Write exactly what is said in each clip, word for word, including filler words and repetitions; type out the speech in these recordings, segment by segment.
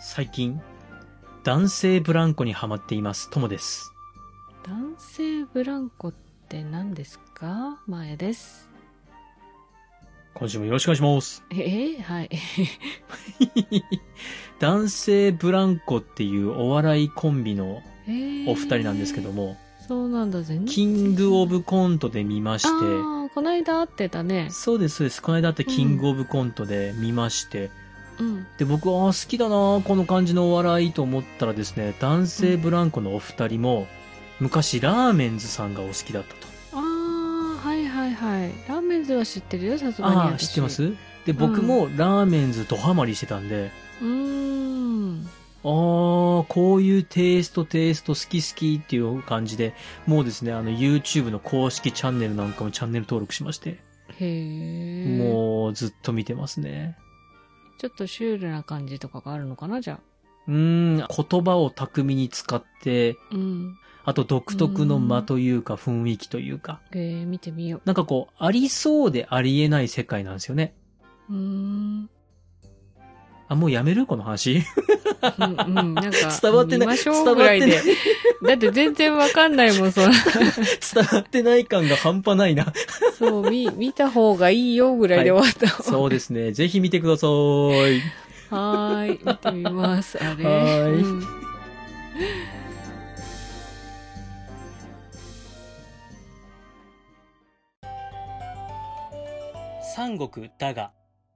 最近、男性ブランコにハマっています。ともです。 男性ブランコって何ですか？前です。 今週もよろしくお願いします。 えー、はい。 男性ブランコっていうお笑いコンビのお二人なんですけども、 えー、そうなんだ、全然。 キングオブコントで見まして、 ああ、この間会ってたね。 そうです、そうです。この間あってキングオブコントで見まして、 うん。 で、僕は好きだなこの感じのお笑いと思ったらですね、男性ブランコのお二人も、昔ラーメンズさんがお好きだったと。 ああ、はいはいはい。ラーメンズは知ってるよ、さすがに。 ああ、知ってます？で、僕もラーメンズドハマりしてたんで、 うーん。 ああ、こういうテイストテイスト好き好きっていう感じで、もうですね、あの YouTube の公式チャンネルなんかもチャンネル登録しまして、 へえ。 もうずっと見てますね。 ちょっとシュールな感じとかがあるのかな、じゃあ。 うーん、言葉を巧みに使って、 うん。 あと独特の間というか雰囲気というか。 えー、見てみよう。 なんかこう、ありそうでありえない世界なんですよね。 うーん。 あ、もうやめるこの話うん、うん、なんか、 伝わってない。 見ましょうぐらいで。だって全然わかんないもん、そんな。 伝わってない感が半端ないな。 そう、見、見た方がいいよぐらいで終わった、 はい。そうですね。ぜひ見てください。 はーい、見てみます。あれはーい。 うん、 三国だが。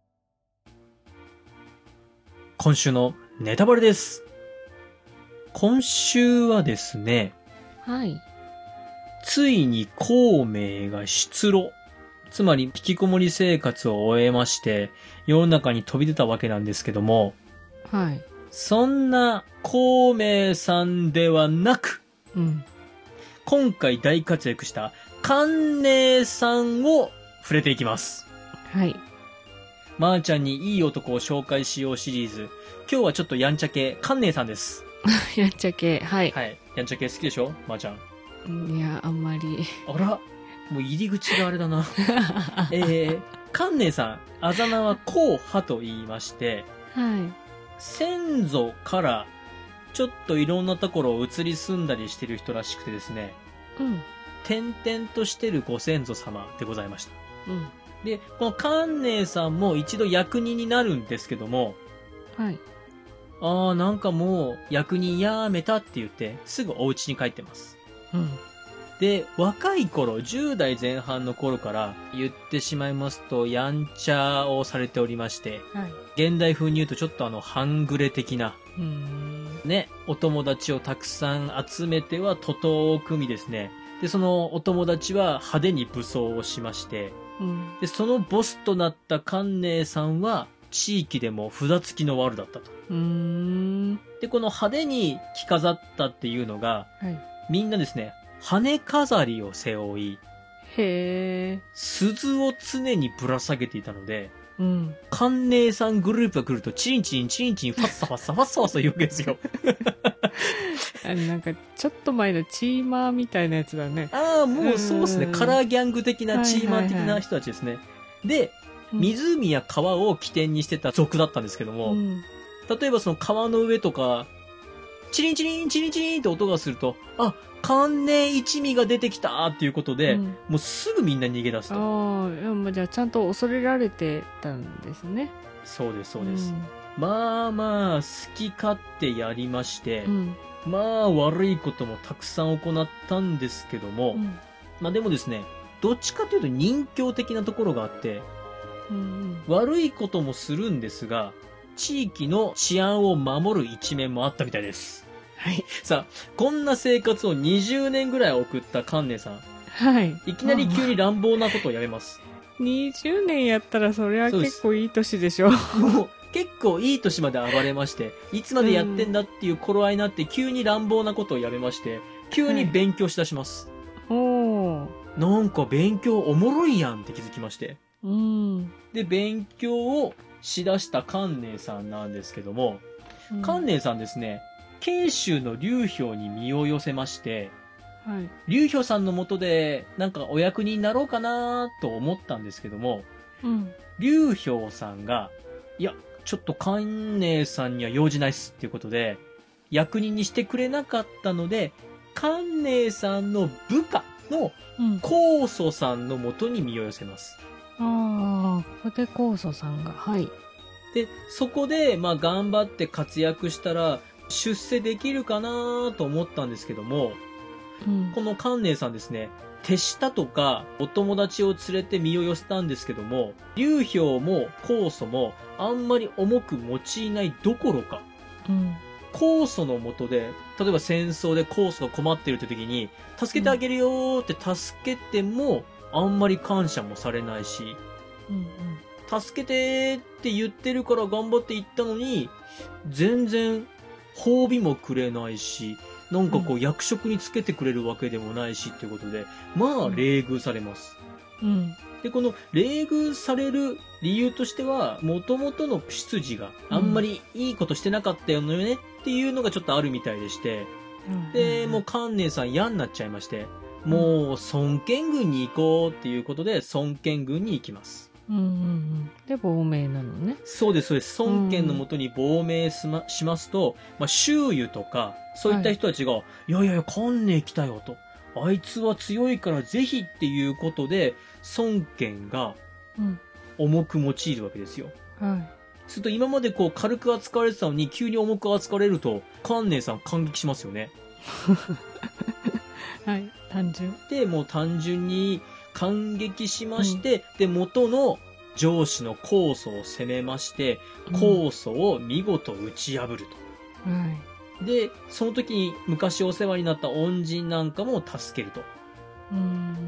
今週のネタバレです。今週はですね、 はい。 ついに孔明が出露。つまり引きこもり生活を終えまして、世の中に飛び出たわけなんですけども、 はい。 そんな孔明さんではなく、 うん。 今回大活躍した関寧さんを触れていきます。 はい。 まーちゃんにいい男を紹介しようシリーズ。今日はちょっとやんちゃ系、関寧さんです。 やっちゃけ、はい。 はい。やんちゃ系好きでしょまーちゃん。 いや、あんまり。 あら、もう入り口があれだな。えー、関寧さん、あざ名は孔派と言いまして、 は先祖からちょっといろんなところを移り住んだりしてる人らしくてですね、 い。うん。 転々としてるご先祖様でございました。 うん。 で、この関寧さんも一度役人になるんですけども、 はい。 あーなんかもう役人やめたって言ってすぐお家に帰ってます。 うん。 で、若い頃、じゅう代前半の頃から言ってしまいますと、やんちゃをされておりまして、 はい。 現代風に言うとちょっとあの、半グレ的な、 うーん。 ね、お友達をたくさん集めては徒党を組みですね。で、そのお友達は派手に武装をしまして、 うん。 で、そのボスとなった関寧さんは、地域でも札付きのワルだったと。 うーん。 で、この派手に着飾ったっていうのが、 はい。 みんなですね、羽飾りを背負い、 へえ。 鈴を常にぶら下げていたので、 うん。 関寧さんグループが来ると、チリンチリン、チリンチリン、ファッサファッサ、ファッサファッサ言うわけですよ。 あなんか、ちょっと前のチーマーみたいなやつだね。 ああ、もうそうですね。 うんカラーギャング的な、チーマー的な人たちですね。で、湖や川を起点にしてた族だったんですけども、 うん、 例えばその川の上とか、チリンチリン、チリンチリンって音がすると、あ、関寧一味が出てきたっていうことで、 うん、 もうすぐみんな逃げ出すと。 ああ、いやまあじゃあちゃんと恐れられてたんですね。 そうです、そうです。まあまあ、好き勝手やりまして、 うん、 まあ悪いこともたくさん行ったんですけども、 うん、 まあでもですね、どっちかというと人形的なところがあって、 うん、 悪いこともするんですが、地域の治安を守る一面もあったみたいです。 はい。 さあ、こんな生活をにじゅうねんぐらい送った関根さん。 はい。 いきなり急に乱暴なことをやめます。 にじゅうねんやったらそれは結構いい年でしょ。 もう結構いい年まで暴れまして、いつまでやってんだっていう頃合いになって急に乱暴なことをやめまして、急に勉強しだします。 はい、おー。 なんか勉強おもろいやんって気づきまして。 うん。 で、勉強をしだした関寧さんなんですけども、 うん、 関寧さんですね、慶州の劉氷に身を寄せまして、 はい。 劉氷さんの下でなんかお役人になろうかなと思ったんですけども、 うん。 劉氷さんが、いや、 ちょっと観音さんには用事ないっすっていうことで、役人にしてくれなかったので、観音さんの部下のうん。 高祖さんのもとに身を寄せます。 ああ、ここで高祖さんが。はい。 で、そこで、まあ頑張って活躍したら、出世できるかなと思ったんですけども、 うん。 この観音さんですね、手下とかお友達を連れて身を寄せたんですけども、劉氷も高祖もあんまり重く用いないどころか、 うん。 高祖のもとで、例えば戦争で高祖が困ってるって時に、助けてあげるよーって助けても、あんまり感謝もされないし、 うん。 助けてーって言ってるから頑張って行ったのに、全然褒美もくれないし、なんかこう役職につけてくれるわけでもないしっていうことで、まあ冷遇されます。 うん。 で、この冷遇される理由としては、元々の出自があんまりいいことしてなかったよねっていうのがちょっとあるみたいでして、で、もう観音さん嫌になっちゃいまして、もう孫権軍に行こうっていうことで孫権軍に行きます。 うんうんうん。で、亡命なのね。 そうです、そうです。孫権のもとに亡命しましますと、まあ、周瑜とか、そういった人たちが、はい、いやいやいや、観音来たよと。あいつは強いからぜひっていうことで、孫権が、重く用いるわけですよ。 うん、はい。 すると今までこう軽く扱われてたのに、急に重く扱われると、観音さん感激しますよね。 はい、単純。 で、もう単純に感激しまして、うん、で、元の上司の高祖を攻めまして、高祖を見事打ち破ると。 うん、はい。 で、その時に昔お世話になった恩人なんかも助けると。 うん、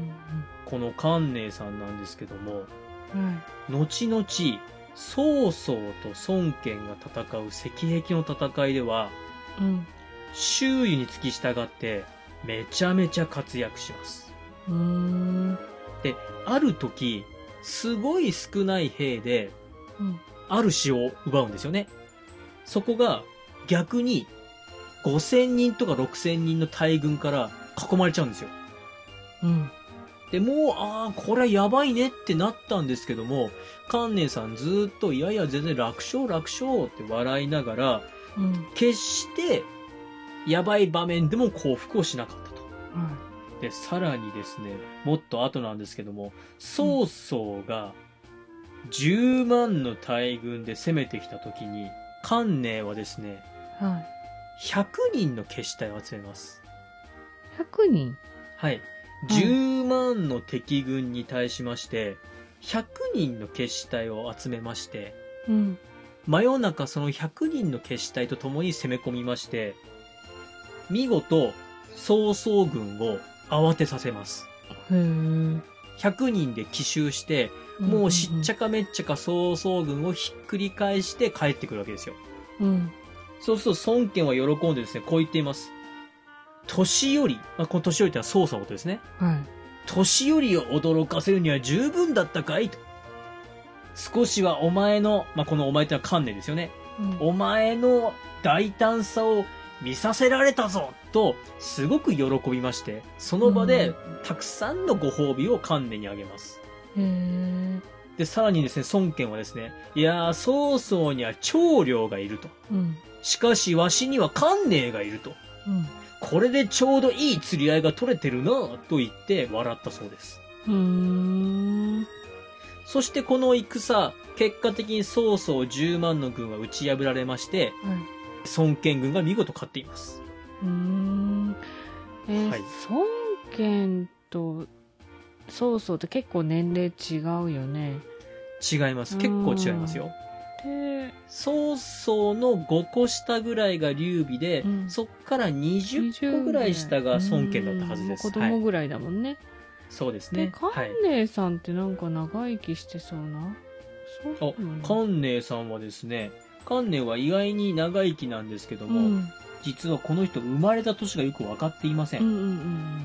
この観音さんなんですけども、 はい、 後々、曹操と孫権が戦う赤壁の戦いでは、うん、周囲に付き従ってめちゃめちゃ活躍します。 うーんで、ある時、すごい少ない兵で、 うん、 ある城を奪うんですよね。そこが逆にごせんにんとかろくせんにんの大軍から囲まれちゃうんですよ。 うん。 で、もう、ああ、これはやばいねってなったんですけども、観音さんずーっと、いやいや、全然楽勝楽勝って笑いながら、うん、決して、やばい場面でも降伏をしなかったと。うん、で、さらにですね、もっと後なんですけども、曹操がじゅうまんの大軍で攻めてきた時に、観音はですね、はい、ひゃくにんの決死隊を集めます。 ひゃくにん？ はい。じゅうまんの敵軍に対しまして、ひゃくにんの決死隊を集めまして、うん、真夜中そのひゃくにんの決死隊と共に攻め込みまして、見事、曹操軍を慌てさせます。 へー。 ひゃくにんで奇襲して、もうしっちゃかめっちゃか曹操軍をひっくり返して帰ってくるわけですよ。うん、そうすると孫権は喜んでですね、こう言っています。年寄り、まあ、この年寄りってのは曹操のことですね。はい。年寄りを驚かせるには十分だったかいと。少しはお前の、まあ、このお前ってのは観音ですよね。うん、お前の大胆さを見させられたぞと、すごく喜びまして、その場でたくさんのご褒美を観音にあげます。 へー。 で、さらにですね、孫権はですね、いやー、曹操には長領がいると。うん、しかし、わしには観音がいると。うん、これでちょうどいい釣り合いが取れてるなぁと言って笑ったそうです。 うーん。 そしてこの戦、結果的に曹操じゅうまんの軍は打ち破られまして、うん、孫権軍が見事勝っています。 うーん。えーはい、孫権と曹操って結構年齢違うよね。 違います。結構違いますよ。曹操のごこ下ぐらいが劉備で、うん、そっからにじゅっこぐらい下が孫権だったはずです。 子供ぐらいだもんね。はい、 そうですね。 観音さんってなんか長生きしてそうな、はい、 そう、ね、観音さんはですね、観音は意外に長生きなんですけども、うん、実はこの人生まれた年がよく分かっていません。うんうんうん、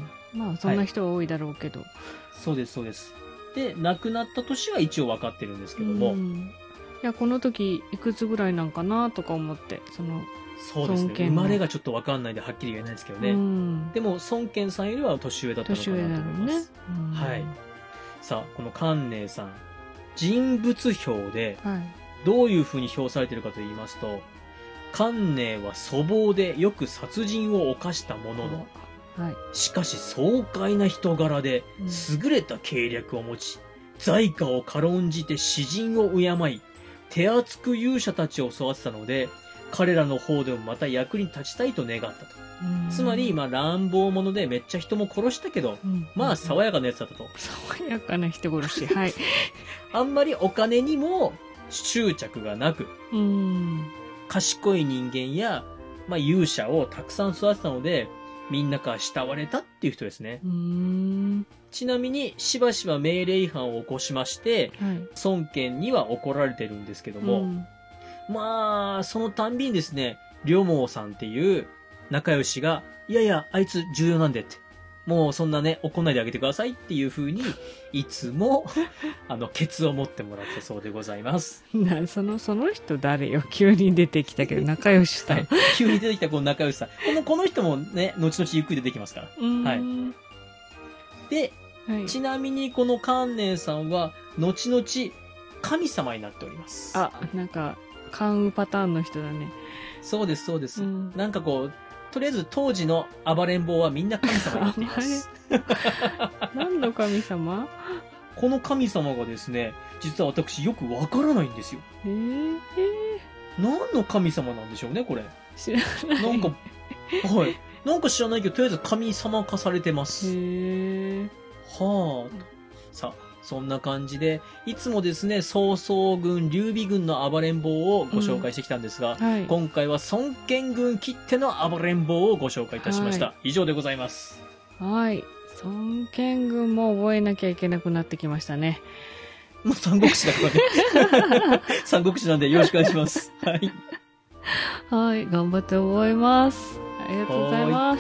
まあそんな人は多いだろうけど、はい、 そうですそうです。で、亡くなった年は一応分かってるんですけども、うん、 いや、この時いくつぐらいなんかなとか思って、その、 そうですね。生まれがちょっとわかんないんではっきり言えないですけどね。うん、でも、孫権さんよりは年上だったのかなと思います。ね、うん、はい。さあ、この観音さん、人物評で、 どういう風に評されているかと言いますと、観念は粗暴でよく殺人を犯したものの、はい、しかし爽快な人柄で優れた計略を持ち、財貨を軽んじて詩人を敬い、手厚く勇者たちを育てたので、彼らの方でもまた役に立ちたいと願ったと。つまり、まあ乱暴者でめっちゃ人も殺したけど、うん、まあ爽やかなやつだったと。 爽やかな人殺し。はい。 あんまりお金にも執着がなく、うん、賢い人間や、まあ勇者をたくさん育てたので、みんなから慕われたっていう人ですね。うーん、ちなみに、しばしば命令違反を起こしまして、はい、孫権には怒られてるんですけども、うん、まあ、そのたんびにですね、両毛さんっていう仲良しが、いやいや、あいつ重要なんでって。もうそんなね、怒んないであげてくださいっていう風に、いつも、あの、ケツを持ってもらったそうでございます。 な、その、その人誰よ？急に出てきたけど、仲良しさん。はい、 急に出てきたこの仲良しさん。この、この人もね、後々ゆっくり出てきますから。はい。で、はい、ちなみにこの観念さんは、後々、神様になっております。 あ、なんか、関羽パターンの人だね。 そうです、そうです。うん、なんかこう、とりあえず当時の暴れん坊はみんな神様になっています。 何の神様？ この神様がですね、実は私よくわからないんですよ。へー。何の神様なんでしょうね、これ。 知らない。 なんか、はい。なんか知らないけど、とりあえず神様化されてます。へー。はあ。さあ。そんな感じで、いつもですね、曹操軍、劉備軍の暴れん坊をご紹介してきたんですが、うんはい、今回は孫権軍きっての暴れん坊をご紹介いたしました。はい、以上でございます。 はい。孫権軍も覚えなきゃいけなくなってきましたね。 もう三国志だからね。三国志なんでよろしくお願いします。はい。 はい。頑張って覚えます。ありがとうございます。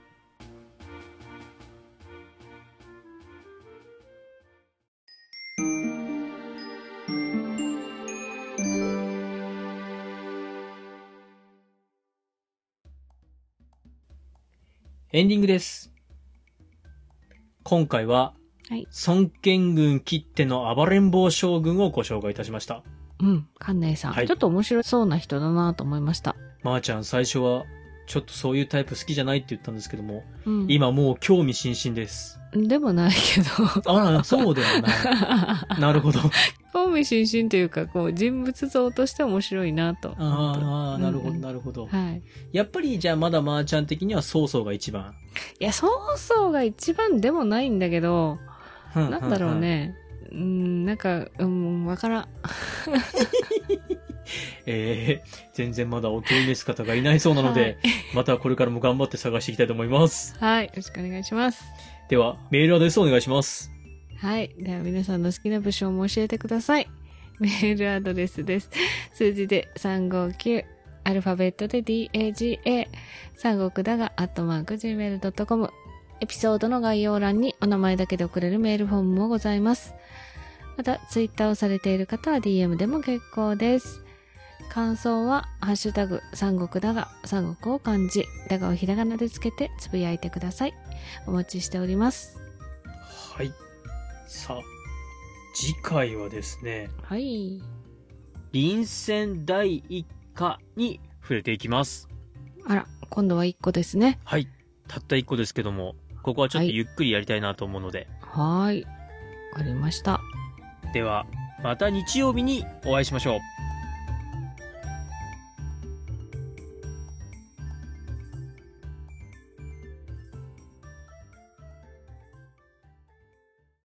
エンディングです。今回は、はい、孫権軍きっての暴れん坊将軍をご紹介いたしました。 うん、観念さん、はい。ちょっと面白そうな人だなと思いました。 まーちゃん、最初は、ちょっとそういうタイプ好きじゃないって言ったんですけども、うん、今もう興味津々です。 でもないけど。 あら、そうでもない。なるほど。 興味津々というか、こう、人物像として面白いなと。 ああ、なるほど、なるほど。はい。やっぱり、じゃあまだまーちゃん的には曹操が一番。 いや、曹操が一番でもないんだけど、なんだろうね。うん、なんか、うん、わからん。 えー、全然まだお気に召す方がいないそうなので、はい、またこれからも頑張って探していきたいと思います。 はい。よろしくお願いします。 では、メールアドレスをお願いします。 はい。では、皆さんの好きな部署も教えてください。メールアドレスです。数字でさんごきゅう、アルファベットで ダガ、三国だが、アットマーク、ジーメールドットコム。エピソードの概要欄にお名前だけで送れるメールフォームもございます。また、ツイッターをされている方は ディーエム でも結構です。感想は、ハッシュタグ、三国だが、三国を漢字、だがをひらがなでつけてつぶやいてください。お待ちしております。 はい。さあ、次回はですね。 はい。 臨戦第一課に触れていきます。 あら、今度はいっこですね。 はい。たったいっこですけども、ここはちょっとゆっくりやりたいなと思うので。 はい。わかりました。 では、また日曜日にお会いしましょう。